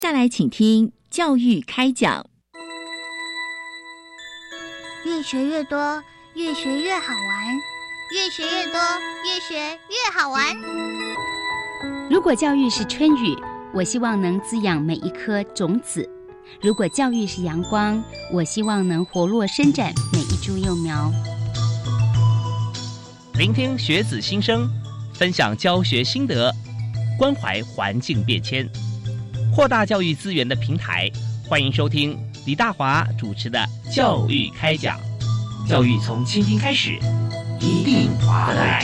再来请听教育开讲。 越学越多，越学越好玩，越学越多，越学越好玩。 如果教育是春雨，我希望能滋养每一颗种子；如果教育是阳光，我希望能活络伸展每一株幼苗。 聆听学子心声，分享教学心得，关怀环境变迁，扩大教育资源的平台。欢迎收听李大华主持的教育开讲。教育从倾听开始，一定划得来。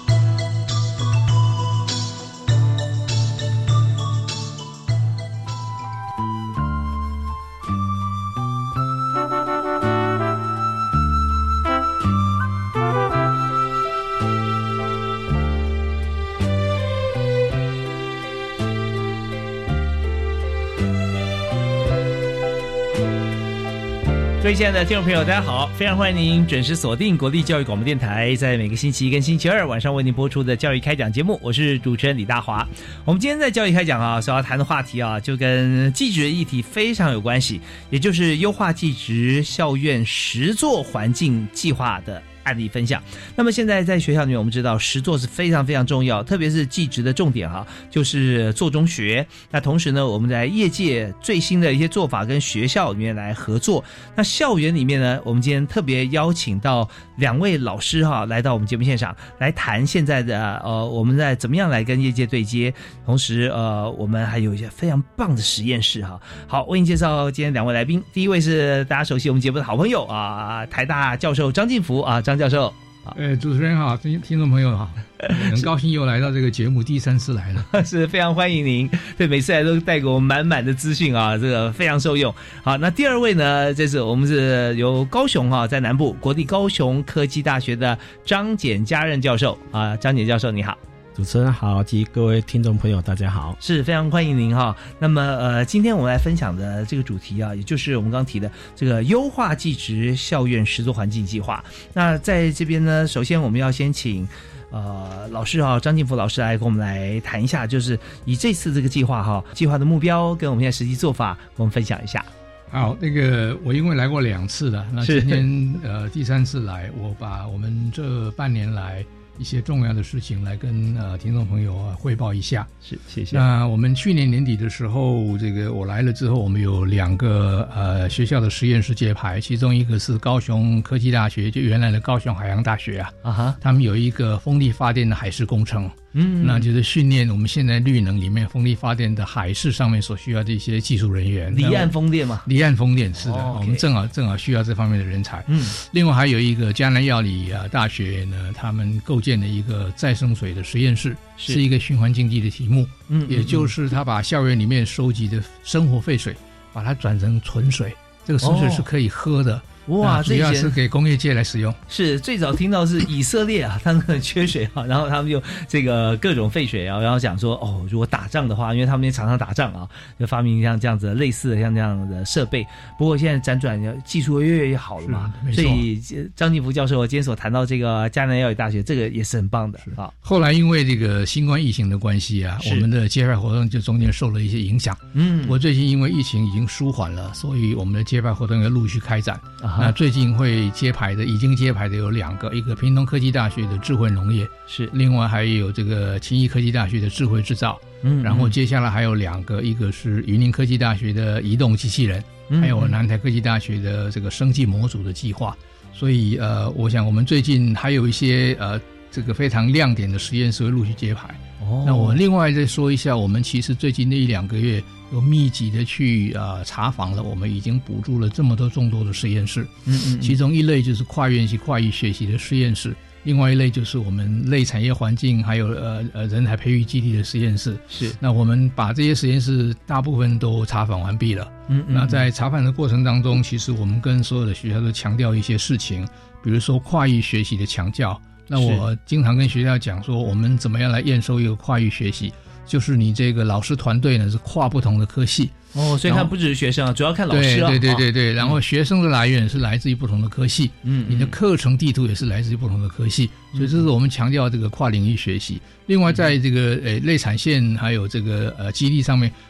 各位亲爱的听众朋友，大家好，非常欢迎您准时锁定国立教育广播电台，在每个星期一跟星期二晚上为您播出的教育开讲节目，我是主持人李大华。我们今天在教育开讲所要谈的话题就跟技职的议题非常有关系，也就是优化技职校院实作环境计划的案例分享。那么现在在学校里面，我们知道实作是非常非常重要，特别是技职的重点就是做中学。那同时呢，我们在业界最新的一些做法跟学校里面来合作。那校园里面呢，我们今天特别邀请到两位老师来到我们节目现场，来谈现在的我们在怎么样来跟业界对接，同时我们还有一些非常棒的实验室好，为您介绍今天两位来宾。第一位是大家熟悉我们节目的好朋友台大教授张进福张教授。 主持人好，听众朋友好，很高兴又来到这个节目，第3次来了， 是非常欢迎您。对，每次来都带给我们满满的资讯这个非常受用。好，那第二位呢，这是我们是由高雄在南部国立高雄科技大学的张简嘉任教授张简教授你好。 主持人好，及各位听众朋友大家好， 是非常欢迎您那么今天我们来分享的这个主题也就是我们刚提的这个优化技职校院实作环境计划。那在这边呢，首先我们要先请老师张进福老师来跟我们来谈一下，就是以这次这个计划计划的目标跟我们现在实际做法跟我们分享一下。 好，那个我因为来过2次了，那今天第3次来，我把我们这半年来一些重要的事情来跟听众朋友汇报一下。 是，谢谢。 那我们去年年底的时候，这个我来了之后，我们有2个学校的实验室揭牌，其中一个是高雄科技大学，就原来的高雄海洋大学他们有一个风力发电的海事工程。那就是训练我们现在绿能里面风力发电的海事上面所需要的一些技术人员。 离岸风电吗？ 离岸风电是的，我们正好需要这方面的人才。另外还有一个嘉南药理大学呢，他们构建了一个再生水的实验室，是一个循环经济的题目。也就是他把校园里面收集的生活废水，把它转成纯水，这个纯水是可以喝的。哇，主要是给工业界来使用。是最早听到是以色列他们很缺水然后他们就这个各种废水然后讲说如果打仗的话，因为他们也常常打仗就发明像这样子类似的像这样的设备。不过现在辗转技术越来越好了嘛，所以张进福教授今天所谈到这个嘉南药理大学，这个也是很棒的。 后来因为这个新冠疫情的关系我们的揭牌活动就中间受了一些影响。我最近因为疫情已经舒缓了，所以我们的揭牌活动要陆续开展。那最近会揭牌的，已经揭牌的有2个，一个屏东科技大学的智慧农业，是，另外还有这个勤益科技大学的智慧制造。然后接下来还有2个，一个是云林科技大学的移动机器人，还有南台科技大学的这个生技模组的计划。所以我想我们最近还有一些这个非常亮点的实验室会陆续揭牌。那我另外再说一下，我们其实最近的1-2个月有密集的去查访了，我们已经补助了这么多众多的实验室。其中一类就是跨院系跨域学习的实验室，另外一类就是我们类产业环境还有人才培育基地的实验室。是，那我们把这些实验室大部分都查访完毕了。那在查访的过程当中，其实我们跟所有的学校都强调一些事情，比如说跨域学习的强调。那我经常跟学校讲说，我们怎么样来验收一个跨域学习，就是你这个老师团队呢是跨不同的科系。 所以看不只是学生主要看老师对，然后学生的来源是来自于不同的科系，你的课程地图也是来自于不同的科系，所以这是我们强调这个跨领域学习。另外在这个类产线还有这个基地上面，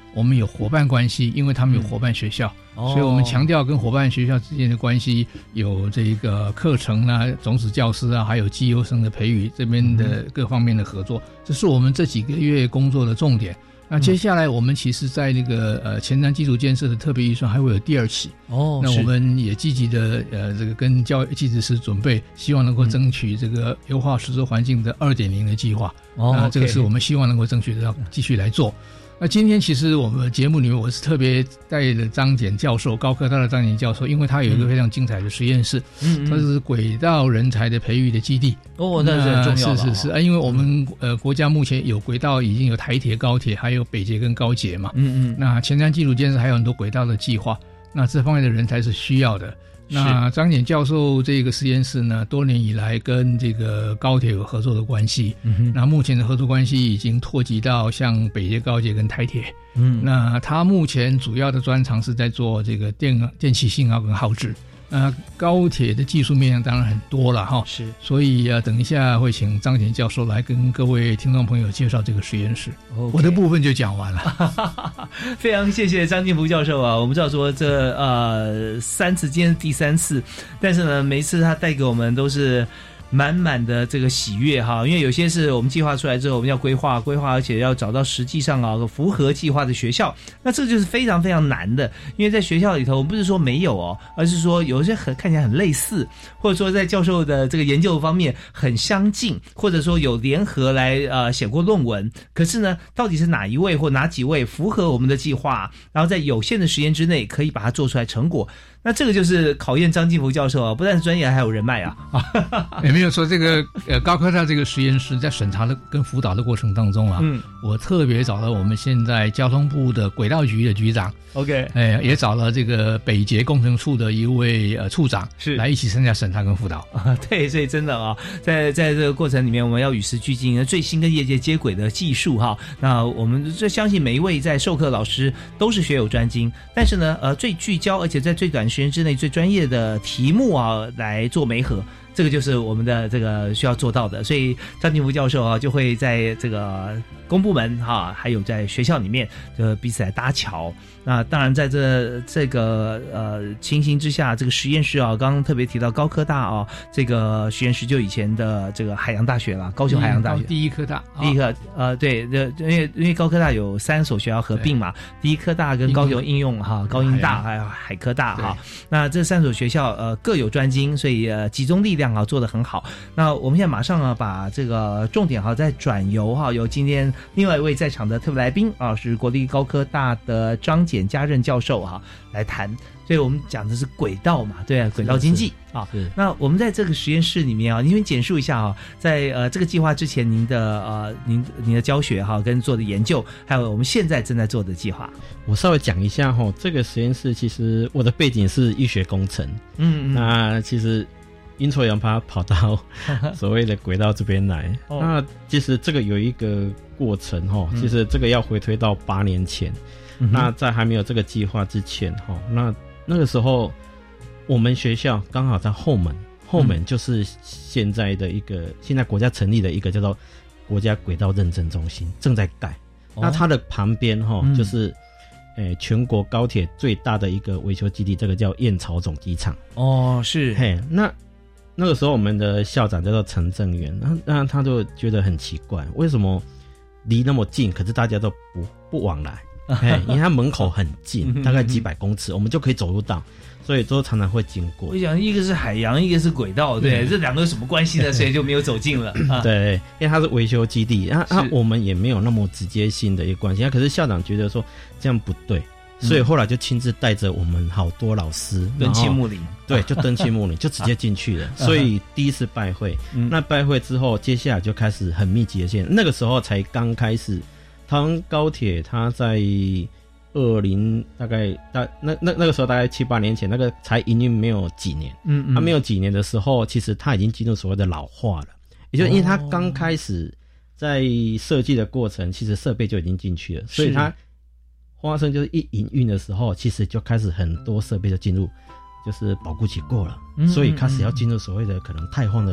我们有伙伴关系，因为他们有伙伴学校，所以我们强调跟伙伴学校之间的关系，有这个课程啊、种子教师啊，还有绩优生的培育这边的各方面的合作，这是我们这几个月工作的重点。那接下来我们其实在那个前瞻基础建设的特别预算还会有第2期那我们也积极的这个跟教育技职司准备，希望能够争取这个优化实作环境的 2.0 的计划那这个是我们希望能够争取的，要继续来做。那今天其实我们节目里面我是特别带了张謇教授，高科大的张謇教授，因为他有一个非常精彩的实验室，它是轨道人才的培育的基地。 那是很重要的。 是因为我们国家目前有轨道，已经有台铁、高铁，还有北捷跟高捷嘛。那前瞻基础建设还有很多轨道的计划，那这方面的人才是需要的。那张謇教授这个实验室呢，多年以来跟这个高铁有合作的关系，那目前的合作关系已经拓及到像北捷、高捷跟台铁。那他目前主要的专长是在做这个电气信号跟耗制。高铁的技术面向当然很多了哈， 是， 所以等一下会请张謇教授来跟各位听众朋友介绍这个实验室。我的部分就讲完了。 非常谢谢张进福教授啊！我们知道说这3次，今天是第3次，但是呢，每一次他带给我们都是满满的这个喜悦哈，因为有些是我们计划出来之后，我们要规划，而且要找到实际上符合计划的学校，那这就是非常非常难的。因为在学校里头，我们不是说没有而是说有些看起来很类似，或者说在教授的这个研究方面很相近，或者说有联合来写过论文，可是呢，到底是哪一位或哪几位符合我们的计划，然后在有限的时间之内可以把它做出来成果。那这个就是考验张进福教授不但是专业，还有人脉也没有说这个高科大这个实验室在审查的跟辅导的过程当中我特别找了我们现在交通部的轨道局的局长 ，OK， 也找了这个北捷工程处的一位处长是来一起参加审查跟辅导对，所以真的在这个过程里面，我们要与时俱进，最新跟业界接轨的技术那我们相信每一位在授课老师都是学有专精，但是呢最聚焦，而且在最短时间之内最专业的题目来做媒合，这个就是我们的这个需要做到的。所以张进福教授就会在这个公部门还有在学校里面彼此来搭桥。那当然在这个情形之下，这个实验室刚刚特别提到高科大这个实验室就以前的这个海洋大学啦，高雄海洋大学第一科大对，因为高科大有3所学校合并嘛，第一科大跟高雄应用高应大还有海科大那这3所学校各有专精，所以集中力量做得很好。那我们现在马上把这个重点再转由由今天另外一位在场的特别来宾是国立高科大的张謇嘉任教授来谈。所以我们讲的是轨道嘛，对轨道经济那我们在这个实验室里面您先简述一下在这个计划之前您的教学跟做的研究，还有我们现在正在做的计划。 我稍微讲一下这个实验室其实我的背景是医学工程，那其实阴错阳差跑到所谓的轨道这边来那其实这个有一个过程其实这个要回推到8年前那在还没有这个计划之前那个时候我们学校刚好在后门就是现在国家成立的一个叫做国家轨道认证中心正在盖那它的旁边就是全国高铁最大的一个维修基地，这个叫燕巢总机场是那个时候我们的校长叫做陈正元，那他就觉得很奇怪，为什么离那么近可是大家都不往来因为它门口很近大概几百公尺我们就可以走路到，所以都常常会经过。 我想一个是海洋，一个是轨道，对，这两个有什么关系呢？所以就没有走近了对，因为它是维修基地我们也没有那么直接性的一个关系可是校长觉得说这样不对所以后来就亲自带着我们好多老师登记募领对，就登记募领就直接进去了所以第一次拜会那拜会之后接下来就开始很密集的线，那个时候才刚开始台湾高铁它在大概那个时候大概7、8年前，那个才营运没有几年它没有几年的时候其实它已经进入所谓的老化了，也就是因为它刚开始在设计的过程其实设备就已经进去了，所以它发生就是一营运的时候其实就开始很多设备就进入就是保固期过了所以开始要进入所谓的可能汰换的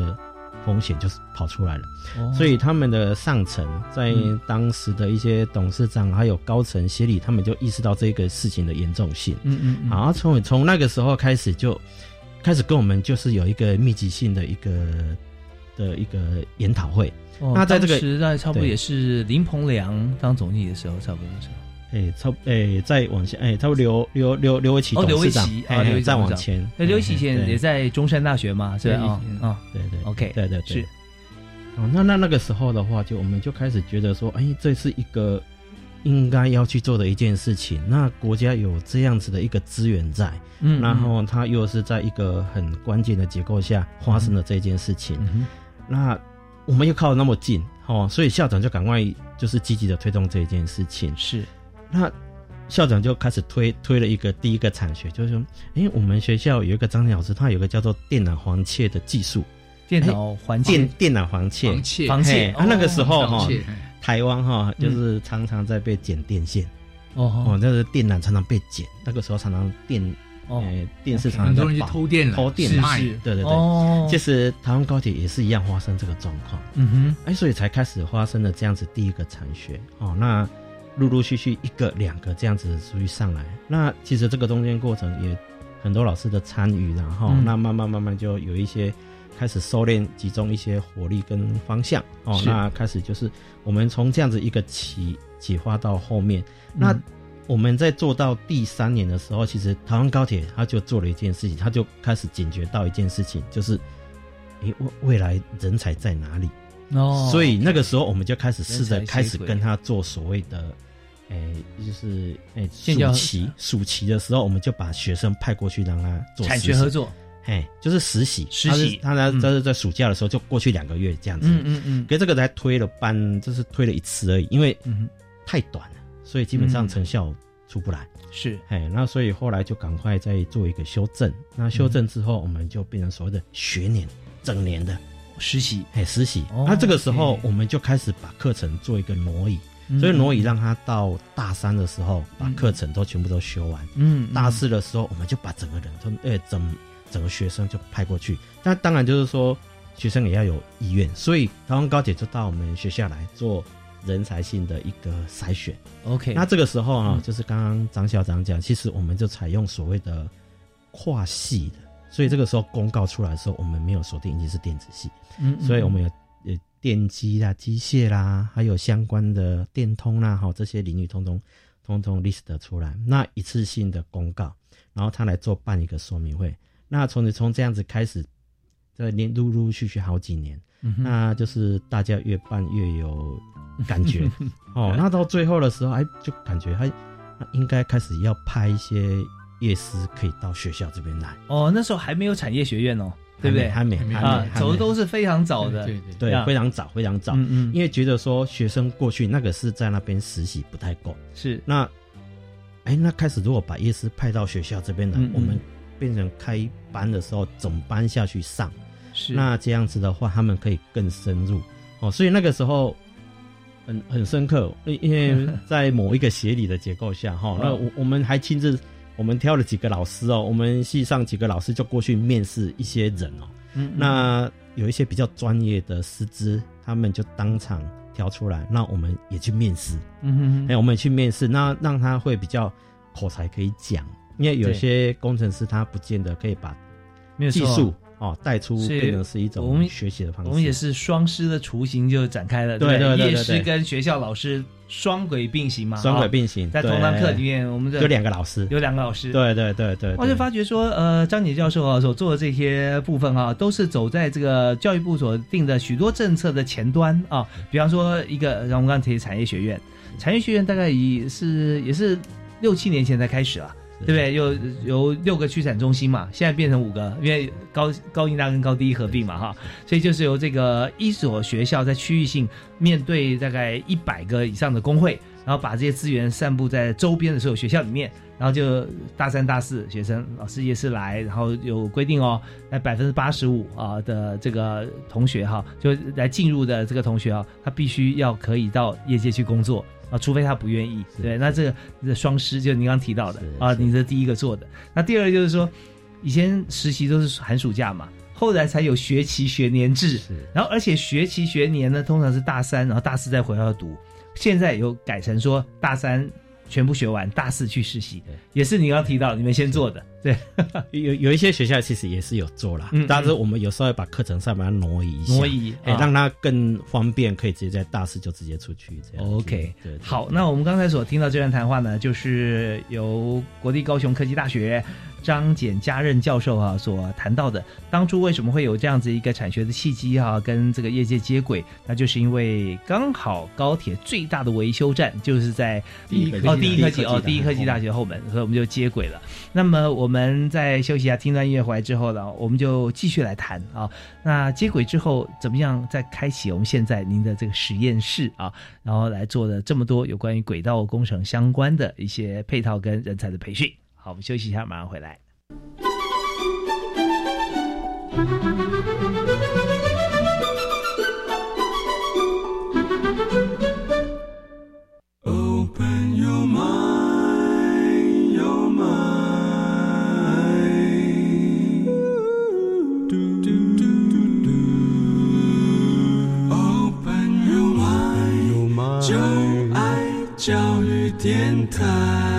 风险就是跑出来了。所以他们的上层在当时的一些董事长还有高层协理，他们就意识到这个事情的严重性。好，从那个时候开始就开始跟我们就是有一个密集性的一个研讨会。那在这个时代差不多也是林鹏良当总经理的时候，差不多的时候。 再往下，差不多刘维奇董事长，再往前， 刘维奇以前也在中山大学嘛，是吧？ 对 ，OK， 对是。那个时候的话，我们就开始觉得说，这是一个应该要去做的一件事情。那国家有这样子的一个资源在，然后它又是在一个很关键的结构下发生了这件事情，那我们又靠得那么近，所以校长就赶快就是积极的推动这件事情。 是。 那校长就开始推了一个第一个产学，就是说，我们学校有一个张老师，他有一个叫做电脑黄切的技术。电脑黄切，那个时候台湾就是常常在被剪电线，就是电缆常常被剪，那个时候常常电视常常很多人去偷电了， 是，对，其实台湾高铁也是一样发生这个状况，所以才开始发生了这样子第一个产学，那陆陆续续一个两个这样子属于上来，那其实这个中间过程也很多老师的参与，然后那慢慢就有一些开始收敛集中一些火力跟方向，那开始就是我们从这样子一个启发到后面，那我们在做到第3年的时候，其实台湾高铁他就做了一件事情，他就开始警觉到一件事情，就是未来人才在哪里，所以那个时候我们就开始试着开始跟他做所谓的就是暑期的时候，我们就把学生派过去让他做产学合作， 就是实习，他在暑假的时候就过去2个月这样子，可是这个才推了就是推了1次而已，因为太短了，所以基本上成效出不来， 是， 那所以后来就赶快再做一个修正，那修正之后我们就变成所谓的学年整年的实习， 那这个时候我们就开始把课程做一个挪移，所以挪移让他到大3的时候把课程都全部都修完，大4的时候我们就把整个人都整个学生就派过去，那当然就是说学生也要有意愿，所以台湾高铁就到我们学校来做人才性的一个筛选。 OK， 那这个时候就是刚刚张校长讲，其实我们就采用所谓的跨系的，所以这个时候公告出来的时候，我们没有锁定一定是电子系，所以我们有电机啦、机械啦，还有相关的电通啦，这些领域通通 list 出来，那一次性的公告，然后他来办一个说明会，那从这样子开始，在陆陆续续好几年，那就是大家越办越有感觉那到最后的时候，就感觉他应该开始要派一些业师可以到学校这边来。 那时候还没有产业学院对不对？ 还没走的都是非常早的， 对，非常早，因为觉得说学生过去那个是在那边实习不太够， 是那开始如果把业师派到学校这边来，我们变成开班的时候总班下去上，是那这样子的话他们可以更深入所以那个时候很深刻，因为在某一个协理的结构下那我们还亲自我们挑了几个老师我们系上几个老师就过去面试一些人那有一些比较专业的师资，他们就当场挑出来，那我们也去面试，我们也去面试，那让他会比较口才可以讲，因为有些工程师他不见得可以把技术带出变成是一种学习的方式。 我们也是双师的雏形就展开了，对，业师跟学校老师双轨并行嘛， 双轨并行， 在同堂课里面，我们有2个老师， 对，我就发觉说，张姐教授所做的这些部分都是走在这个教育部所定的许多政策的前端比方说一个，让我们刚才提产业学院，大概也是6、7年前才开始了。对不对？有6个区产中心嘛，现在变成5个，因为高医大跟高第一合并嘛所以就是由这个1所学校在区域性面对大概100个以上的工会，然后把这些资源散布在周边的所有学校里面，然后就大3、大4学生老师也是来，然后有规定那85%的这个同学就来进入的这个同学他必须要可以到业界去工作。除非他不愿意，对，那这个双师就是您刚提到的你这第一个做的。那第二个就是说，以前实习都是寒暑假嘛， 后来才有学期学年制，然后而且学期学年呢通常是大3然后大4再回来读，现在有改成说大3全部学完，大4去实习，也是你刚提到你们先做的。对， 有一些学校其实也是有做啦，但是我们有时候要把课程上把它挪移一下，让它更方便，可以直接在大4就直接出去这样。 OK， 对，好，那我们刚才所听到这段谈话呢，就是由国立高雄科技大学张简嘉任教授所谈到的，当初为什么会有这样子一个产学的契机跟这个业界接轨，那就是因为刚好高铁最大的维修站就是在第一科技大学后门，所以我们就接轨了。那么我们在休息一下，听段音乐回来之后呢，我们就继续来谈那接轨之后怎么样再开启我们现在您的这个实验室然后来做的这么多有关于轨道工程相关的一些配套跟人才的培训。好，我们休息一下，马上回来。 Open your mind, your mind. Open your mind, 就爱教育电台。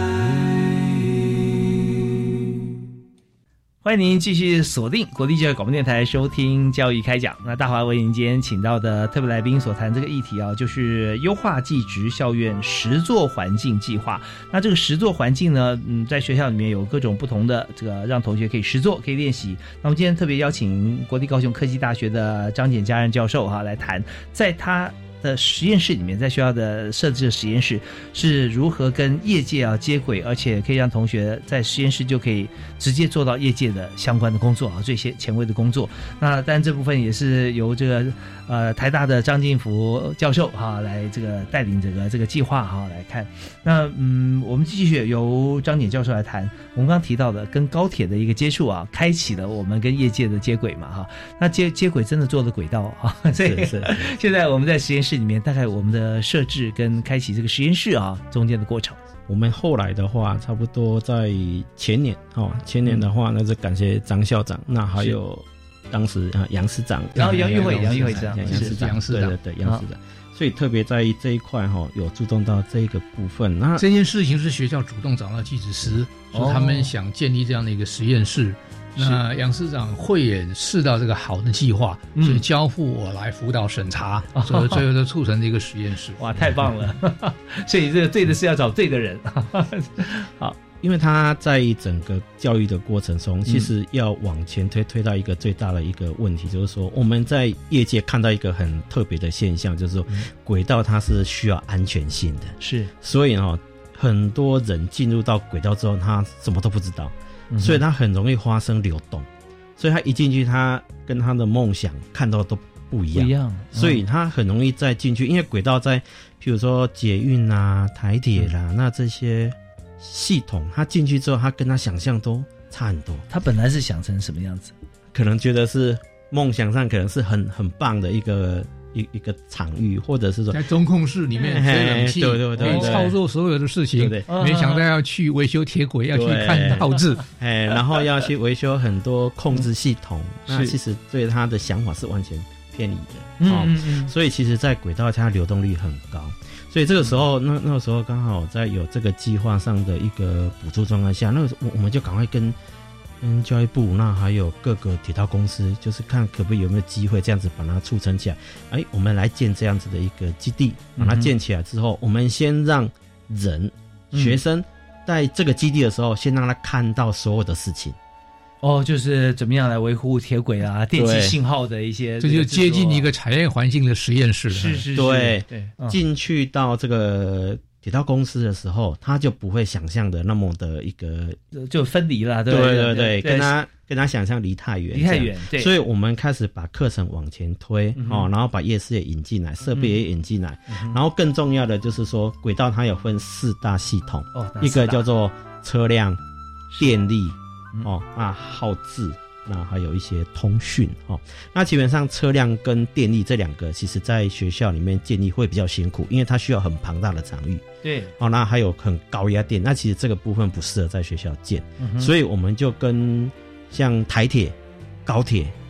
欢迎您继续锁定国立教育广播电台收听教育开讲。那大华为您今天请到的特别来宾所谈这个议题就是优化技职校院实作环境计划。那这个实作环境呢，在学校里面有各种不同的这个让同学可以实作可以练习。那我们今天特别邀请国立高雄科技大学的张简嘉任教授来谈，在他的实验室里面，在学校的设置的实验室是如何跟业界接轨，而且可以让同学在实验室就可以直接做到业界的相关的工作最前卫的工作。那当然这部分也是由这个台大的张进福教授来这个带领这个计划来看。那我们继续由张简教授来谈我们刚刚提到的跟高铁的一个接触开启了我们跟业界的接轨嘛那接轨真的做了轨道所以现在我们在实验室里面大概我们的设置跟开启这个实验室中间的过程。 我们后来的话差不多在前年的话那就感谢张校长，那还有当时杨师长， 然后杨玉慧长， 杨师长，对杨师长，所以特别在这一块有注重到这个部分。那这件事情是学校主动找到技职师，说他们想建立这样的一个实验室。那杨师长慧眼视到这个好的计划，所以交付我来辅导审查，所以最后就促成这个实验室。 哇，太棒了！所以这个对的是要找对的人。好， 因为他在整个教育的过程中，其实要往前推到一个最大的一个问题，就是说我们在业界看到一个很特别的现象，就是说轨道它是需要安全性的， 是， 所以很多人进入到轨道之后，他什么都不知道。所以他很容易发生流动，所以他一进去，他跟他的梦想看到都不一样，所以他很容易再进去，因为轨道在譬如说捷运台铁啦，那这些系统他进去之后，他跟他想象都差很多。 他本来是想成什么样子？ 可能觉得是梦想上可能是很棒的一个场域，或者是说在中控室里面吹冷气， 对， 可以操作所有的事情，对，没想到要去维修铁轨，要去看道志， 然后要去维修很多控制系统，那其实对他的想法是完全偏离的。所以其实在轨道它流动率很高，所以这个时候那个时候刚好在有这个计划上的一个补助状况下，那个我们就赶快跟教育部，那还有各个铁道公司，就是看可不可以有没有机会这样子把它促成起来。我们来建这样子的一个基地，把它建起来之后，我们先让学生在这个基地的时候，先让他看到所有的事情。 就是怎么样来维护铁轨电气信号的一些， 这就接近一个产业环境的实验室。 是， 对，进去到这个铁道公司的时候，他就不会想象的那么的一个就分离了， 对，跟他想象离太远， 对， 所以我们开始把课程往前推，然后把夜视也引进来，设备也引进来，然后更重要的就是说，轨道它有分4大系统，一个叫做车辆、电力，号志。那还有一些通讯那基本上车辆跟电力这两个，其实在学校里面建立会比较辛苦，因为它需要很庞大的场域。 对， 那还有很高压电，那其实这个部分不适合在学校建，所以我们就跟像台铁、高铁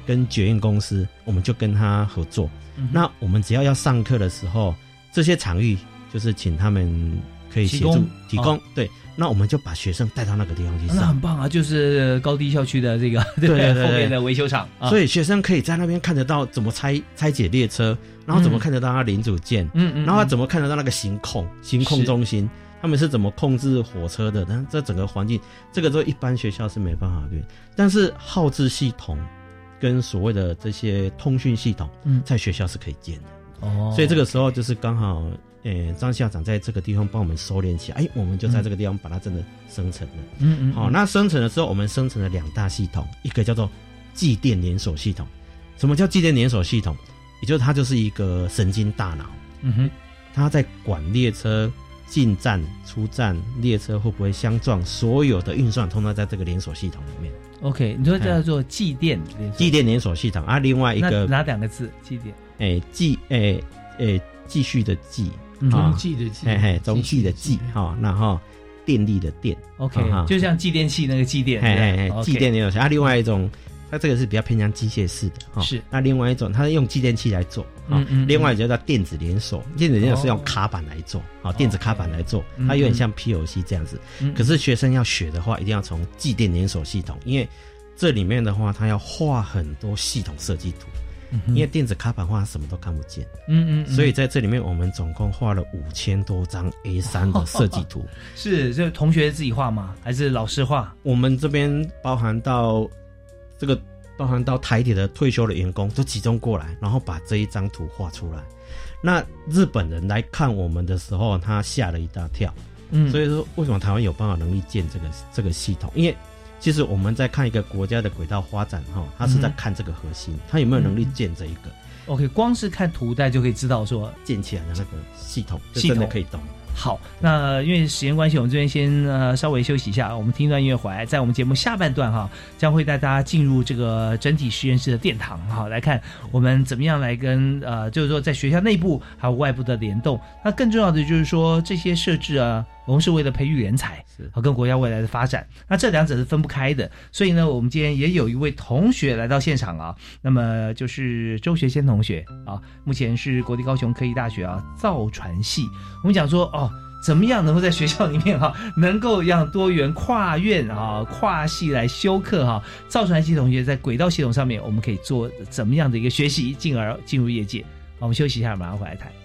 跟捷运公司，我们就跟他合作。那我们只要上课的时候，这些场域就是请他们可以协助提供，对。那我们就把学生带到那个地方去上， 那很棒啊！就是高低校区的这个对后面的维修厂， 所以学生可以在那边看得到怎么拆解列车，然后怎么看得到它零组件，然后怎么看得到那个行控中心，他们是怎么控制火车的？但这整个环境，这个都一般学校是没办法练。但是号志系统跟所谓的这些通讯系统，在学校是可以建的。哦，所以这个时候就是刚好。张校长在这个地方帮我们收敛起来，我们就在这个地方把它真的生成了。好，那生成的时候，我们生成了2大系统，一个叫做继电连锁系统。什么叫继电连锁系统？也就是它就是一个神经大脑，它在管列车进站、出站，列车会不会相撞，所有的运算通通在这个连锁系统里面。 OK， 你说叫做继电连锁系统啊，另外一个哪2个字？继电？ 继续的继。 中继的继， 中继的继，然后电力的电 ，OK， 就像继电器那个继电， 继电连锁系统。另外一种，它这个是比较偏向机械式的， 是。 那另外一种，它是用继电器来做，另外一种叫电子连锁，电子连锁是用卡板来做，电子卡板来做，它有点像 PLC 这样子。可是学生要学的话，一定要从继电连锁系统，因为这里面的话，它要画很多系统设计图。因为电子卡板画什么都看不见，所以在这里面我们总共画了5000多张 A3 的设计图。 是，这同学自己画吗？还是老师画？ 我们这边包含到台铁的退休的员工都集中过来，然后把这一张图画出来。那日本人来看我们的时候，他吓了一大跳。所以说为什么台湾有办法能力建这个系统？因为其实我们在看一个国家的轨道发展它是在看这个核心，它有没有能力建这一个。 OK， 光是看图带就可以知道说建起来的那个系统，就真的可以动。 好，那因为时间关系，我们这边先稍微休息一下，我们听一段音乐回来，在我们节目下半段将会带大家进入这个整体实验室的殿堂来看我们怎么样来跟就是说在学校内部还有外部的联动。那更重要的就是说这些设置我们是为了培育人才，跟国家未来的发展，那这2者是分不开的。所以呢，我们今天也有一位同学来到现场那么就是周学先同学目前是国立高雄科技大学造船系。我们讲说怎么样能够在学校里面能够让多元跨院跨系来修课造船系同学在轨道系统上面，我们可以做怎么样的一个学习，进而进入业界。我们休息一下，马上回来谈。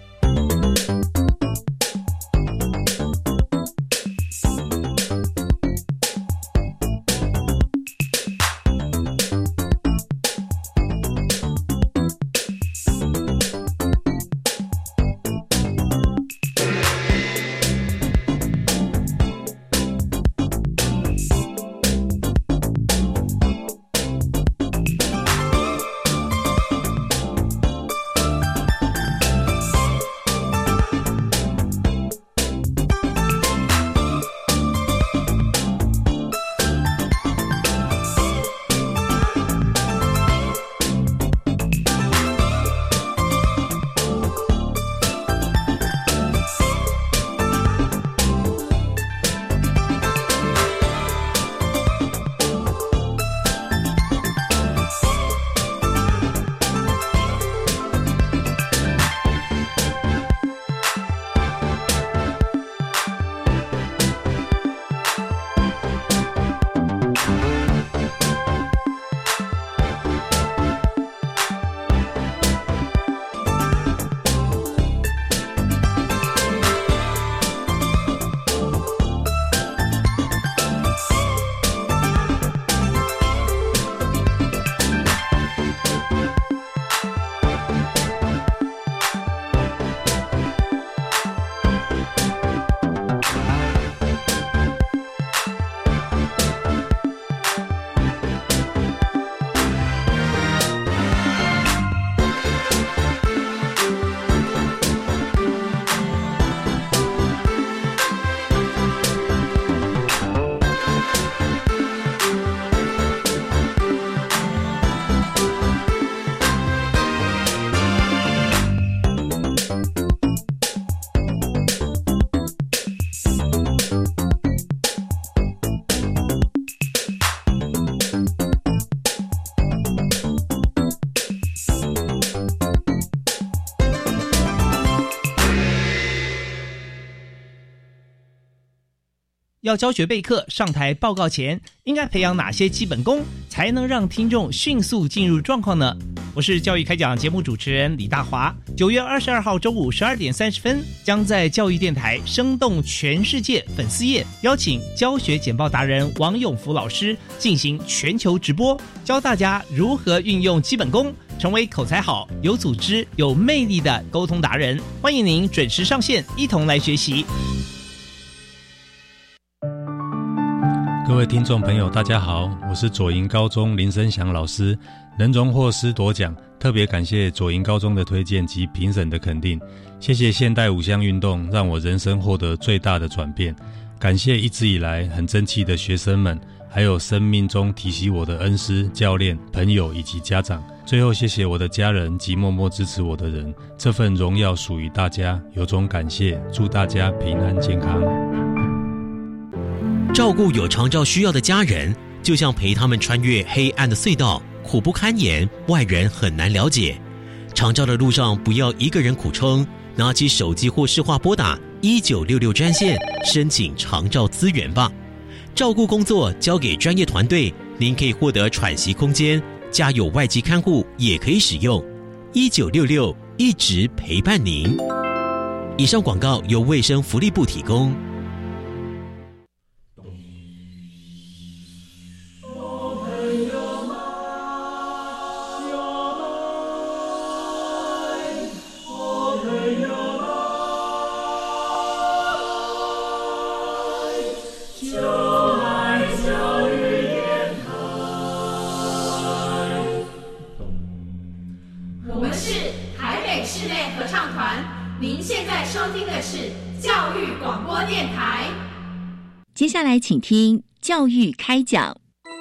要教学备课、上台报告前，应该培养哪些基本功，才能让听众迅速进入状况呢？我是教育开讲节目主持人李大华。9月22号中午12点30分，将在教育电台生动全世界粉丝页邀请教学简报达人王永福老师进行全球直播，教大家如何运用基本功，成为口才好、有组织、有魅力的沟通达人。欢迎您准时上线，一同来学习。 各位听众朋友大家好，我是左营高中林生祥老师，能荣获师铎奖，特别感谢左营高中的推荐及评审的肯定，谢谢现代五项运动让我人生获得最大的转变，感谢一直以来很争气的学生们，还有生命中提携我的恩师、教练、朋友以及家长，最后谢谢我的家人及默默支持我的人，这份荣耀属于大家，由衷感谢，祝大家平安健康。 照顾有长照需要的家人，就像陪他们穿越黑暗的隧道，苦不堪言，外人很难了解。长照的路上不要一个人苦撑，拿起手机或市话拨打1966专线，申请长照资源吧。照顾工作交给专业团队，您可以获得喘息空间，家有外籍看护也可以使用。1966一直陪伴您。以上广告由卫生福利部提供。 接下来请听教育开讲。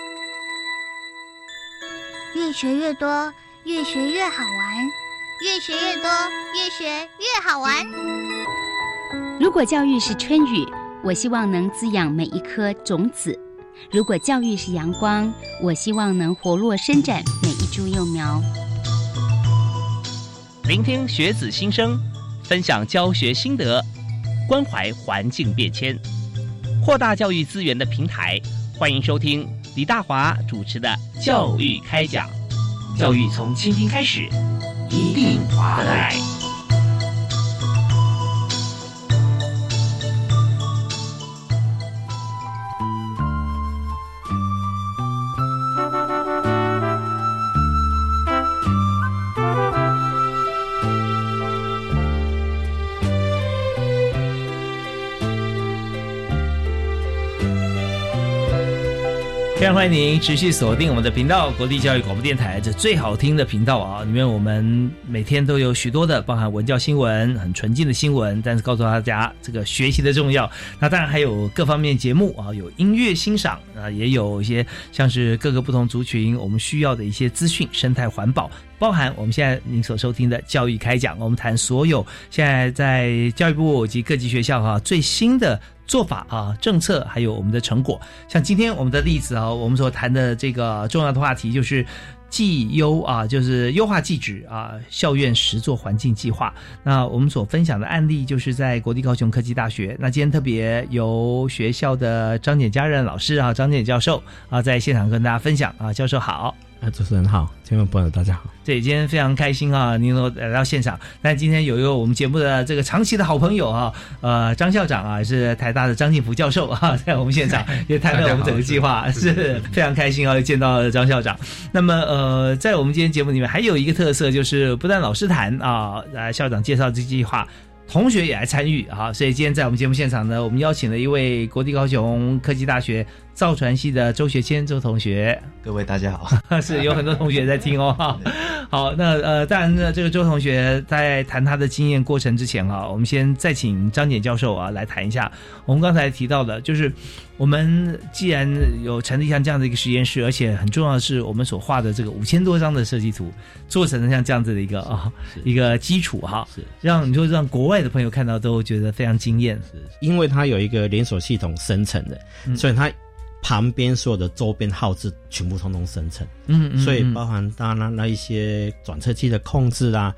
越学越多，越学越好玩，越学越多，越学越好玩。 如果教育是春雨，我希望能滋养每一颗种子；如果教育是阳光，我希望能活络伸展每一株幼苗。 聆听学子心声，分享教学心得，关怀环境变迁，扩大教育资源的平台。欢迎收听李大华主持的教育开讲。教育从倾听开始，一定划得来。非常欢迎您持续锁定我们的频道，国立教育广播电台，这最好听的频道啊！里面我们每天都有许多的包含文教新闻，很纯净的新闻，但是告诉大家这个学习的重要。那当然还有各方面节目啊，有音乐欣赏啊，也有一些像是各个不同族群我们需要的一些资讯，生态环保。包含我们现在您所收听的教育开讲，我们谈所有现在在教育部以及各级学校最新的做法政策，还有我们的成果。像今天我们的例子我们所谈的这个重要的话题就是技优就是优化技职校园实作环境计划。那我们所分享的案例就是在国立高雄科技大学。那今天特别由学校的张简嘉任老师张简教授在现场跟大家分享教授好。 主持人好，听众朋友大家好。 对，今天非常开心您都来到现场。但今天有一个我们节目的这个长期的好朋友张校长也是台大的张进福教授在我们现场也谈了我们整个计划，是非常开心见到了张校长。那么在我们今天节目里面还有一个特色，就是不但老师谈校长介绍这计划，同学也来参与所以今天在我们节目现场呢，我们邀请了一位国立高雄科技大学造船系的周学谦周同学。 各位大家好。 是有很多同学在听好，那当然呢，这个周同学在谈他的经验过程之前我们先再请张简教授来谈一下我们刚才提到的，就是我们既然有成立像这样的一个实验室，而且很重要的是我们所画的这个5000多张的设计图做成了像这样子的一个基础让你说让国外的朋友看到都觉得非常惊艳。 因为它有一个连锁系统生成的，所以它旁边所有的周边号志全部通通生成，所以包含当然那一些转测器的控制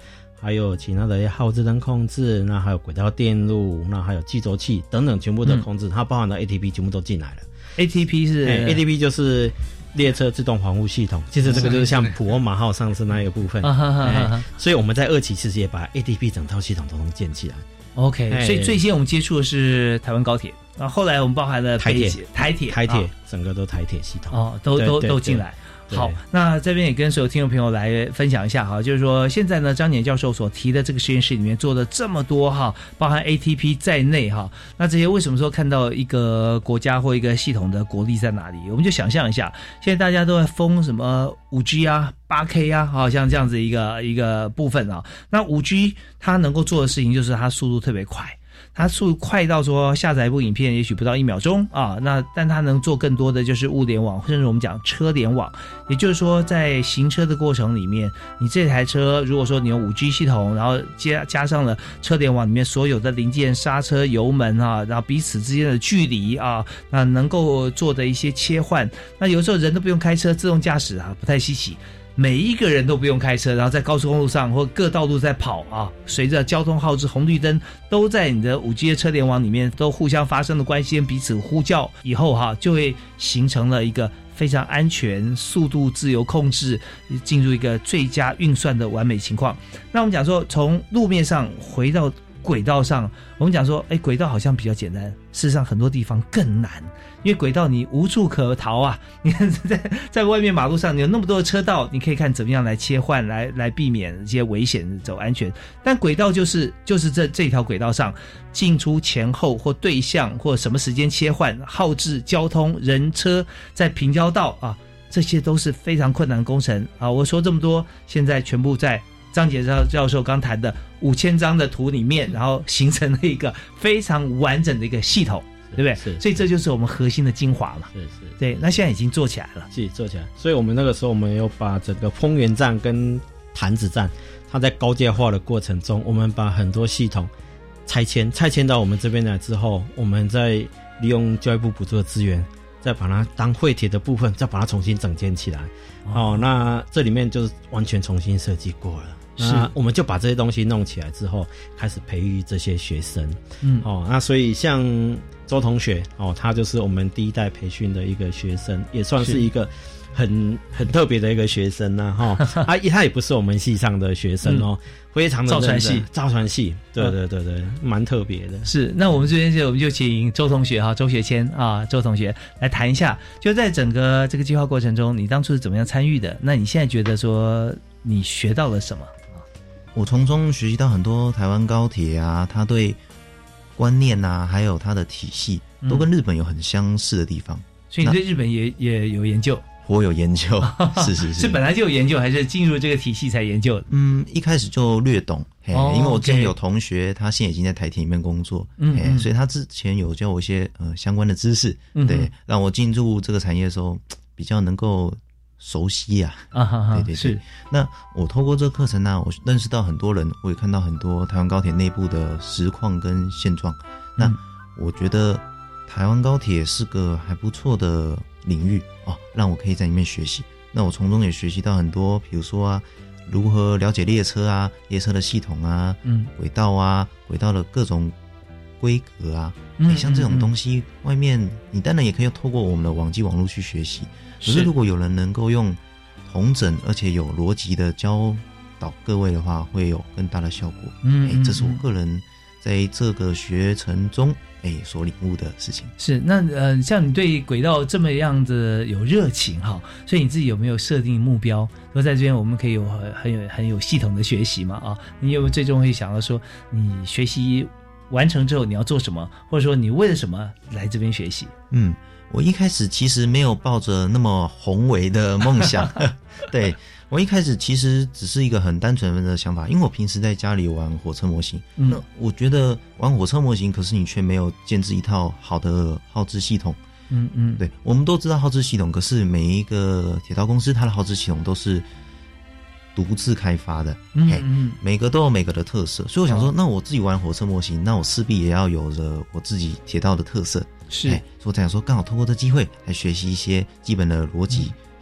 还有其他的耗智能控制，那还有轨道电路，那还有计轴器等等全部的控制，它包含的 ATP 全部都进来了。 ATP 是 ATP 就是列车自动防护系统，其实这个就是像普欧马号上次那一个部分，所以我们在2期其实也把 ATP 整套系统都建起来。 OK， 所以最先我们接触的是台湾高铁，然后后来我们包含了台铁， 整个都台铁系统都进来。好，那这边也跟所有听众朋友来分享一下哈，就是说现在呢，张謇教授所提的这个实验室里面做了这么多哈，包含 ATP 在内哈，那这些为什么说看到一个国家或一个系统的国力在哪里？我们就想象一下，现在大家都在封什么5G 啊、8K 啊，好像这样子一个部分啊。那5G 它能够做的事情就是它速度特别快。它速度快到说下载一部影片也许不到1秒钟啊，但它能做更多的就是物联网，甚至我们讲车联网，也就是说在行车的过程里面，你这台车如果说你用5G 系统，然后加上了车联网里面所有的零件、刹车、油门啊，然后彼此之间的距离啊，那能够做的一些切换，那有时候人都不用开车，自动驾驶啊不太稀奇。每一个人都不用开车，然后在高速公路上或各道路在跑啊，随着交通号志、红绿灯都在你的5G 的车联网里面都互相发生的关系，彼此呼叫以后哈，就会形成了一个非常安全、速度自由控制，进入一个最佳运算的完美情况。那我们讲说，从路面上回到轨道上，我们讲说，轨道好像比较简单，事实上很多地方更难，因为轨道你无处可逃啊！你看在外面马路上，你有那么多的车道，你可以看怎么样来切换，来避免一些危险，走安全。但轨道就是这条轨道上进出前后或对向或什么时间切换，号志、交通、人车在平交道啊，这些都是非常困难的工程啊！我说这么多，现在全部在张謇教授刚谈的5000张的图里面，然后形成了一个非常完整的一个系统，对不对？是，所以这就是我们核心的精华嘛。是，对。那现在已经做起来了， 是做起来。所以我们那个时候，我们有把整个丰原站跟潭子站，它在高阶化的过程中，我们把很多系统拆迁到我们这边来之后，我们再利用教育部补助的资源，再把它当会铁的部分，再把它重新整建起来。那这里面就是完全重新设计过了。那我们就把这些东西弄起来之后，开始培育这些学生。那所以像周同学他就是我们第一代培训的一个学生，也算是一个很特别的一个学生他也不是我们系上的学生非常的造船系，对，蛮特别的。 是，那我们这边我们就请周同学周学谦周同学来谈一下，就在整个这个计划过程中，你当初是怎么样参与的？那你现在觉得说你学到了什么？ 我从中学习到很多台湾高铁它对观念还有它的体系都跟日本有很相似的地方。 所以你对日本也有研究？ 我有研究，是是本来就有研究，还是进入这个体系才研究的？ 一开始就略懂，因为我之前有同学，他现在已经在台铁里面工作，所以他之前有教我一些相关的知识，对，让我进入这个产业的时候比较能够熟悉对，是。那我透过这个课程我认识到很多人，我也看到很多台湾高铁内部的实况跟现状。那我觉得台湾高铁是个还不错的领域让我可以在里面学习。那我从中也学习到很多，比如说如何了解列车列车的系统轨道轨道的各种规格像这种东西，外面你当然也可以透过我们的网际网络去学习。可是如果有人能够用统整而且有逻辑的教导各位的话，会有更大的效果。这是我个人在这个学程中所领悟的事情。是， 那像你对轨道这么样的有热情所以你自己有没有设定目标？说在这边我们可以有很有系统的学习嘛你有没有最终会想到说，你学习完成之后你要做什么，或者说你为了什么来这边学习？ 我一开始其实没有抱着那么宏伟的梦想对，我一开始其实只是一个很单纯的想法，因为我平时在家里玩火车模型，那我觉得玩火车模型，可是你却没有建制一套好的号志系统。对，我们都知道号志系统，可是每一个铁道公司它的号志系统都是独自开发的，每个都有每个的特色，所以我想说，那我自己玩火车模型，那我势必也要有着我自己铁道的特色。所以我想说，刚好透过这机会来学习一些基本的逻辑，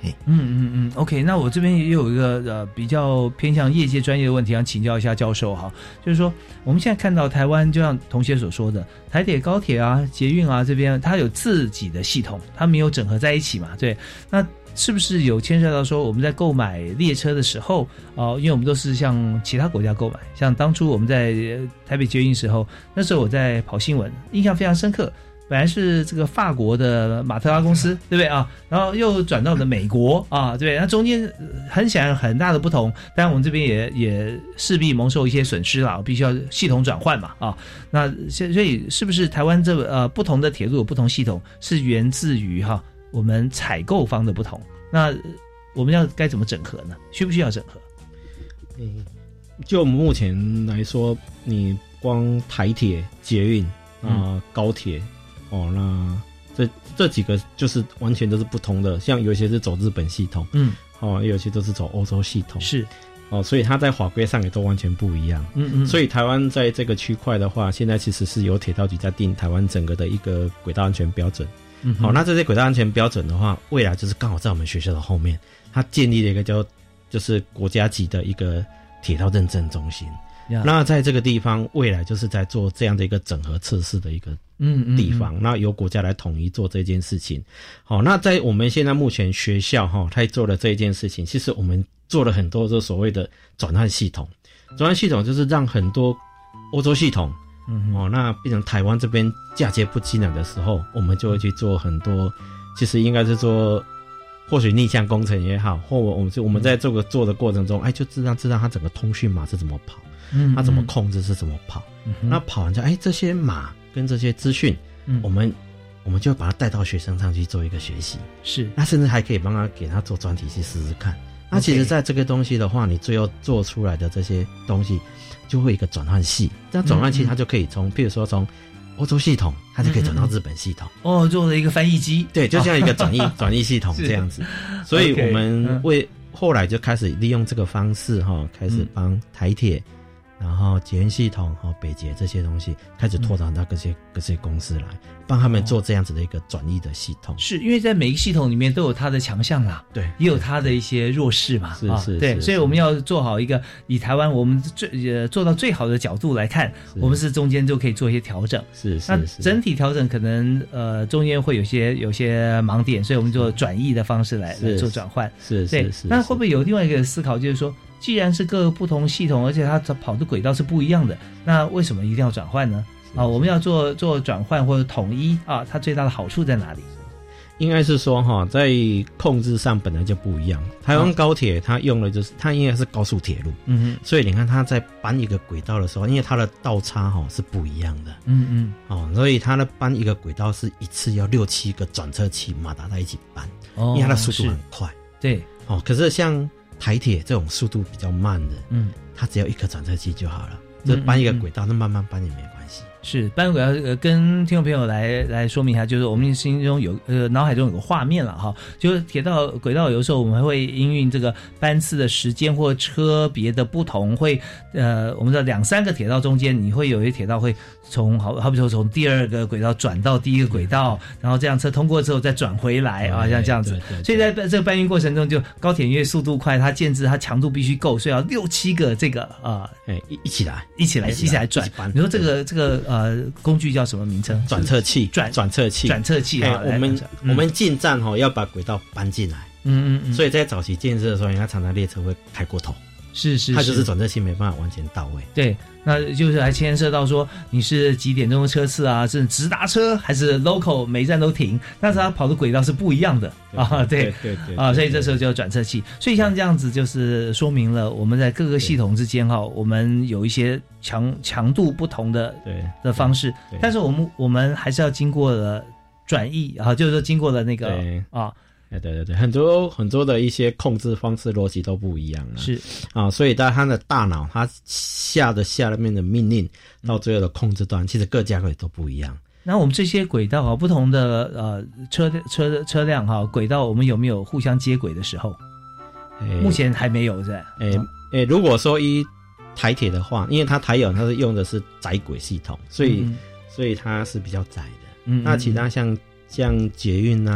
OK， 那我这边也有一个比较偏向业界专业的问题，想请教一下教授哈，就是说我们现在看到台湾，就像同学所说的，台铁、高铁啊、捷运啊这边，它有自己的系统，它没有整合在一起嘛，对，那是不是有牵涉到说我们在购买列车的时候因为我们都是向其他国家购买，像当初我们在台北捷运时候，那时候我在跑新闻，印象非常深刻。本来是这个法国的马特拉公司，对不对啊？然后又转到了美国啊，对不对？那中间很显然很大的不同，当然我们这边也势必蒙受一些损失啦，必须要系统转换嘛啊。那所以是不是台湾这不同的铁路有不同系统，是源自于我们采购方的不同？那我们该怎么整合呢？需不需要整合？ 就目前来说，你光台铁、捷运高铁。那这几个就是完全都是不同的，像有些是走日本系统，有些都是走欧洲系统， 是所以它在法规上也都完全不一样。所以台湾在这个区块的话，现在其实是由铁道局在定台湾整个的一个轨道安全标准。那这些轨道安全标准的话，未来就是刚好在我们学校的后面，它建立了一个就是国家级的一个铁道认证中心。那在这个地方，未来就是在做这样的一个整合测试的一个地方，那由国家来统一做这件事情。那在我们现在目前学校它做了这一件事情，其实我们做了很多这所谓的转换系统。转换系统就是让很多欧洲系统那变成台湾这边嫁接不进来的时候，我们就会去做很多，其实应该是做或许逆向工程也好，或我们在做的过程中，就知道它整个通讯码是怎么跑，它怎么控制是怎么跑。那跑完之后，这些码跟这些资讯，我们就把它带到学生上去做一个学习。 是， 那甚至还可以给他做专题去试试看。那其实在这个东西的话，你最后做出来的这些东西就会有一个转换器，那转换器它就可以譬如说从欧洲系统，它就可以转到日本系统。 做了一个翻译机。 对，就像一个转译系统这样子。所以我们后来就开始利用这个方式开始帮台铁，然后捷运系统北捷这些东西开始拓展到各些公司来，帮他们做这样子的一个转译的系统。 是因为在每一个系统里面都有它的强项啦， 对， 也有它的一些弱势嘛，对，所以我们要做好一个以台湾我们做到最好的角度来看，我们是中间就可以做一些调整。 是那整体调整可能中间会有些盲点，所以我们做转译的方式来做转换。 是。 那会不会有另外一个思考，就是说既然是各个不同系统，而且它跑的轨道是不一样的，那为什么一定要转换呢？我们要做转换或者统一它最大的好处在哪里？ 应该是说在控制上本来就不一样。台湾高铁它用的就是它应该是高速铁路，所以你看它在搬一个轨道的时候，因为它的道差是不一样的，所以它的搬一个轨道是一次要6-7个转车器马达在一起搬，因为它的速度很快。 对， 可是像台铁这种速度比较慢的，它只要1颗转车器就好了，这搬一个轨道，那慢慢搬也没关系。 是搬轨道，跟听众朋友来说明一下，就是我们心中有脑海中有个画面了就是铁道轨道有的时候我们会因应这个班次的时间或车别的不同，会我们的2-3个铁道中间，你会有一些铁道会好比说从第2个轨道转到第1个轨道，然后这样车通过之后再转回来像这样子。所以在这个搬运过程中，就高铁因为速度快，它建制它强度必须够，所以要6-7个这个一起来转。你说这个工具叫什么名称？ 转车器。转车器我们进站要把轨道搬进来。所以在早期建设的时候，你看常常列车会开过头。 是， 它就是转车器没办法完全到位。 对，那就是还牵涉到说你是几点钟的车次是直达车还是 local 每一站都停，但是它跑的轨道是不一样的对，所以这时候就要转车器。所以像这样子就是说明了我们在各个系统之间我们有一些强度不同的方式，但是我们还是要经过了转译就是说经过了那个对，很多的一些控制方式逻辑都不一样是所以在他的大脑，他下面的命令到最后的控制端，其实各家轨都不一样。 那我们这些轨道不同的车辆轨道，我们有没有互相接轨的时候？目前还没有在。 如果说依台铁的话，因为它台铁它是用的是窄轨系统，所以它是比较窄的。那其他像捷运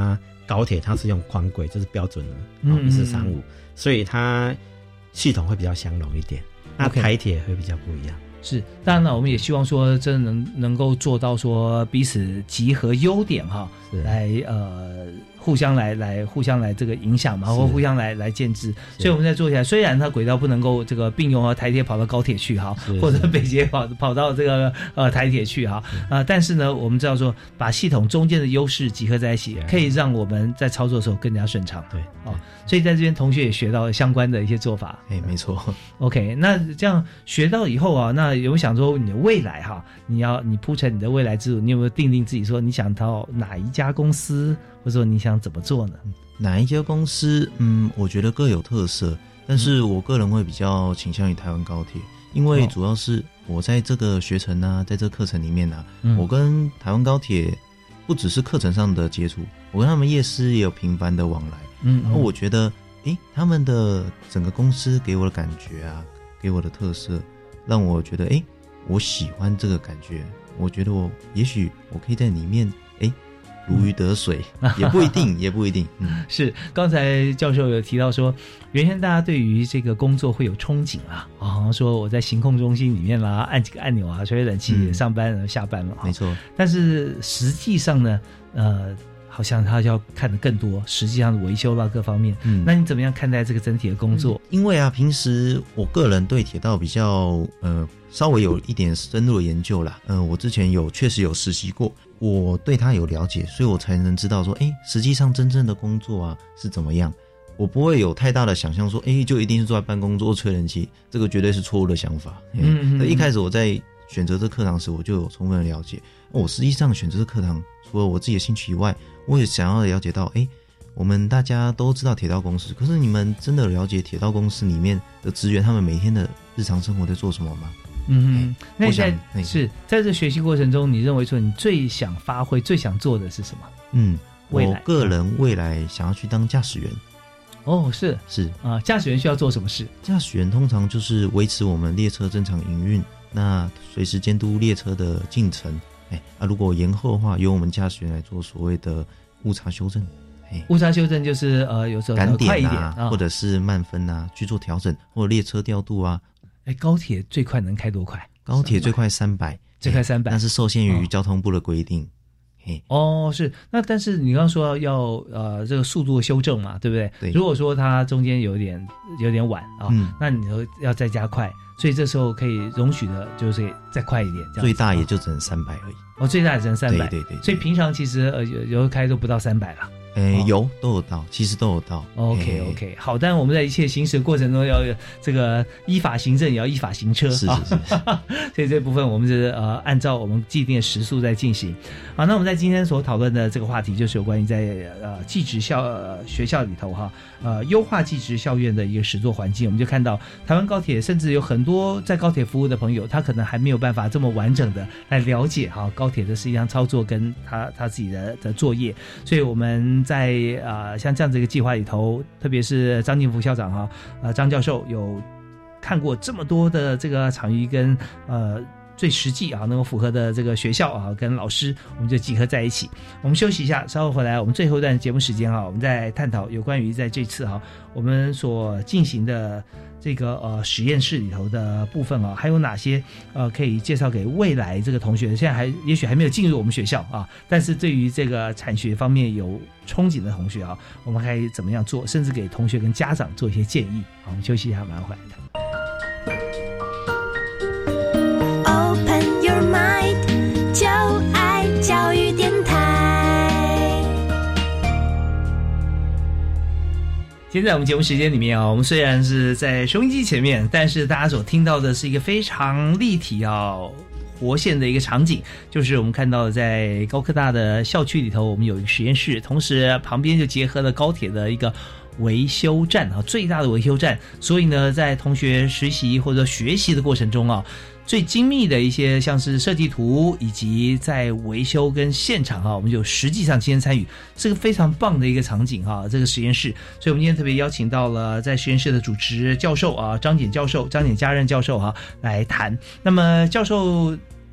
高铁它是用宽轨，这是标准的1435，所以它系统会比较相容一点。那台铁会比较不一样。 是，当然了，我们也希望说，真的能够做到说彼此集合优点哈，来互相来这个影响嘛，或互相来建制。所以我们在做起来，虽然它轨道不能够这个并用台铁跑到高铁去哈，或者北捷跑到这个台铁去哈，但是呢，我们知道说把系统中间的优势集合在一起，可以让我们在操作的时候更加顺畅。对，所以在这边同学也学到相关的一些做法。 没错。 OK， 那这样学到以后啊，那有没有想说你的未来哈？你铺陈你的未来之路，你有没有定自己说你想到哪一家公司，或者说你想怎么做呢？ 哪一家公司？我觉得各有特色，但是我个人会比较倾向于台湾高铁，因为主要是我在这个学程啊，在这个课程里面啊，我跟台湾高铁不只是课程上的接触，我跟他们业师也有频繁的往来。然后我觉得，他们的整个公司给我的感觉啊，给我的特色，让我觉得，我喜欢这个感觉。我觉得也许我可以在里面，如鱼得水，也不一定，也不一定。 是，刚才教授有提到说，原先大家对于这个工作会有憧憬啦，好像说我在行控中心里面啦，按几个按钮啊，吹冷气，上班下班了。 没错。 但是实际上呢，好像他要看得更多，实际上的维修啦各方面。那你怎么样看待这个整体的工作？ 因为啊，平时我个人对铁道比较稍微有一点深入的研究啦。我之前确实有实习过，我对他有了解，所以我才能知道说，实际上真正的工作啊是怎么样。我不会有太大的想象说，就一定是坐在办公桌吹冷气，这个绝对是错误的想法。一开始我在选择这课堂时，我就有充分的了解。我实际上选择这课堂，除了我自己的兴趣以外，我也想要了解到，我们大家都知道铁道公司，可是你们真的了解铁道公司里面的职员他们每天的日常生活在做什么吗？ 那是在这学习过程中，你认为说你最想发挥、最想做的是什么？ 我个人未来想要去当驾驶员。 是啊，驾驶员需要做什么事？ 驾驶员通常就是维持我们列车正常营运，那随时监督列车的进程。如果延后的话，由我们驾驶员来做所谓的误差修正。 误差修正就是有时候赶点快一点或者是慢分啊，去做调整，或者列车调度啊。 高铁最快能开多快？ 高铁最快300， 最快300， 那是受限于交通部的规定。 是。那但是你刚刚说要这个速度修正嘛，对不对？ 对。 如果说它中间有点晚啊，那你要再加快，所以这时候可以容许的就是再快一点，这样最大也就只能300而已。 最大也只能300。 对。 所以平常其实有的开都不到300了。 都有到，其实都有到。 OK， 好，但我们在一切行驶的过程中要这个依法行政，也要依法行车。 是。 所以这部分我们是按照我们既定的时速在进行。好，那我们在今天所讨论的这个话题，就是有关于在技职学校里头优化技职校院的一个实作环境。我们就看到台湾高铁，甚至有很多在高铁服务的朋友，他可能还没有办法这么完整的来了解高铁的实际上操作跟他自己的作业。所以我们在像这样子一个计划里头，特别是张进福校长张教授有看过这么多的这个场域跟最实际能够符合的这个学校跟老师，我们就集合在一起。我们休息一下，稍后回来，我们最后一段节目时间我们再探讨有关于在这次我们所进行的这个实验室里头的部分还有哪些可以介绍给未来这个同学，现在也许还没有进入我们学校但是对于这个产学方面有憧憬的同学我们可以怎么样做，甚至给同学跟家长做一些建议。好，我们休息一下，马上回来谈。 Open your mind， 就爱教育电台。 现在我们节目时间里面我们虽然是在收音机前面，但是大家所听到的是一个非常立体活现的一个场景，就是我们看到在高科大的校区里头，我们有一个实验室，同时旁边就结合了高铁的一个维修站最大的维修站。所以呢，在同学实习或者学习的过程中最精密的一些像是设计图，以及在维修跟现场我们就实际上今天参与，是个非常棒的一个场景这个实验室。所以我们今天特别邀请到了在实验室的主持教授张简教授、张简嘉任教授来谈。那么教授